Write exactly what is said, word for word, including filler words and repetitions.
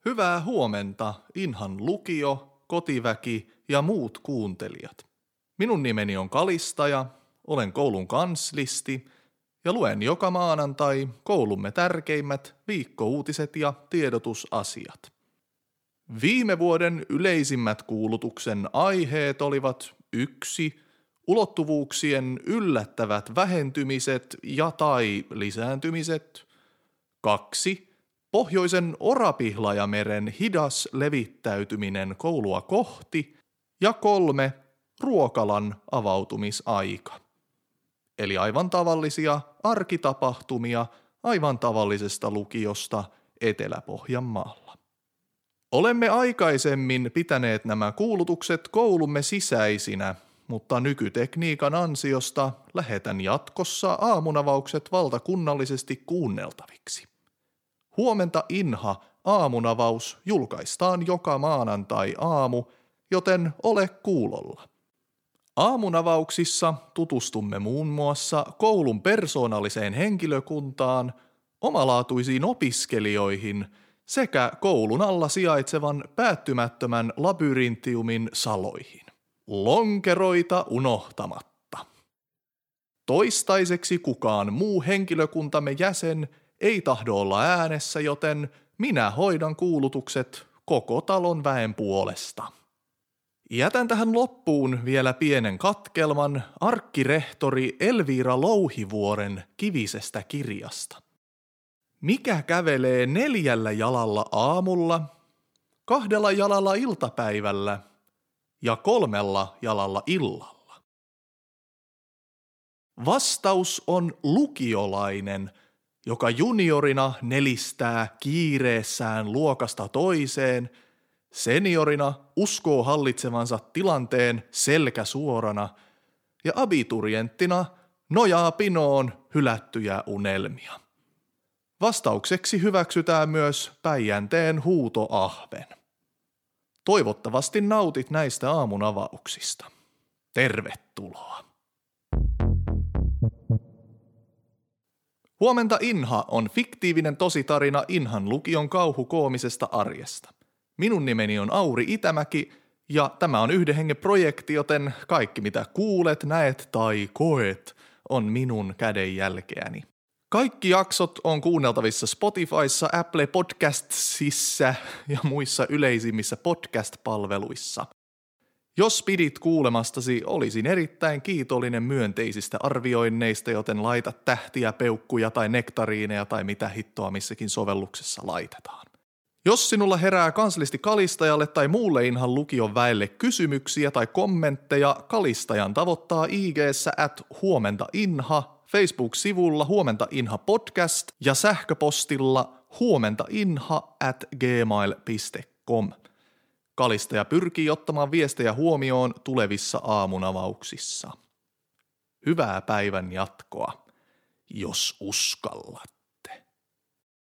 Hyvää huomenta, Inhan lukio, kotiväki ja muut kuuntelijat. Minun nimeni on Kalistaja, olen koulun kanslisti ja luen joka maanantai koulumme tärkeimmät viikkouutiset ja tiedotusasiat. Viime vuoden yleisimmät kuulutuksen aiheet olivat yksi ulottuvuuksien yllättävät vähentymiset ja tai lisääntymiset, kaksi Pohjoisen Orapihlajameren hidas levittäytyminen koulua kohti ja kolme Ruokalan avautumisaika. Eli aivan tavallisia arkitapahtumia aivan tavallisesta lukiosta Etelä-Pohjanmaalla. Olemme aikaisemmin pitäneet nämä kuulutukset koulumme sisäisinä, mutta nykytekniikan ansiosta lähetän jatkossa aamunavaukset valtakunnallisesti kuunneltaviksi. Huomenta Inha aamunavaus julkaistaan joka maanantai aamu, joten ole kuulolla. Aamunavauksissa tutustumme muun muassa koulun persoonalliseen henkilökuntaan, omalaatuisiin opiskelijoihin sekä koulun alla sijaitsevan päättymättömän labyrintiumin saloihin. Lonkeroita unohtamatta. Toistaiseksi kukaan muu henkilökuntamme jäsen ei tahdo olla äänessä, joten minä hoidan kuulutukset koko talon väen puolesta. Jätän tähän loppuun vielä pienen katkelman arkkirehtori Elviira Louhivuoren kivisestä kirjasta. Mikä kävelee neljällä jalalla aamulla, kahdella jalalla iltapäivällä ja kolmella jalalla illalla? Vastaus on lukiolainen, joka juniorina nelistää kiireessään luokasta toiseen, seniorina uskoo hallitsevansa tilanteen selkä suorana ja abiturienttina nojaa pinoon hylättyjä unelmia. Vastaukseksi hyväksytään myös Päijänteen huutoahven. Toivottavasti nautit näistä aamunavauksista. Tervetuloa! Huomenta Inha on fiktiivinen tositarina Inhan lukion kauhukoomisesta arjesta. Minun nimeni on Auri Itämäki ja tämä on yhden hengen projekti, joten kaikki mitä kuulet, näet tai koet on minun kädenjälkeäni. Kaikki jaksot on kuunneltavissa Spotifyssa, Apple Podcastsissa ja muissa yleisimmissä podcast-palveluissa. Jos pidit kuulemastasi, olisin erittäin kiitollinen myönteisistä arvioinneista, joten laita tähtiä, peukkuja tai nektariineja tai mitä hittoa missäkin sovelluksessa laitetaan. Jos sinulla herää kanslisti Kalistajalle tai muulle Inhan lukion väelle kysymyksiä tai kommentteja, Kalistajan tavoittaa I G:ssä at huomenta inha, Facebook-sivulla Huomenta Inha podcast ja sähköpostilla huomentainha at gmail piste com. Kalistaja pyrkii ottamaan viestejä huomioon tulevissa aamunavauksissa. Hyvää päivän jatkoa, jos uskallat.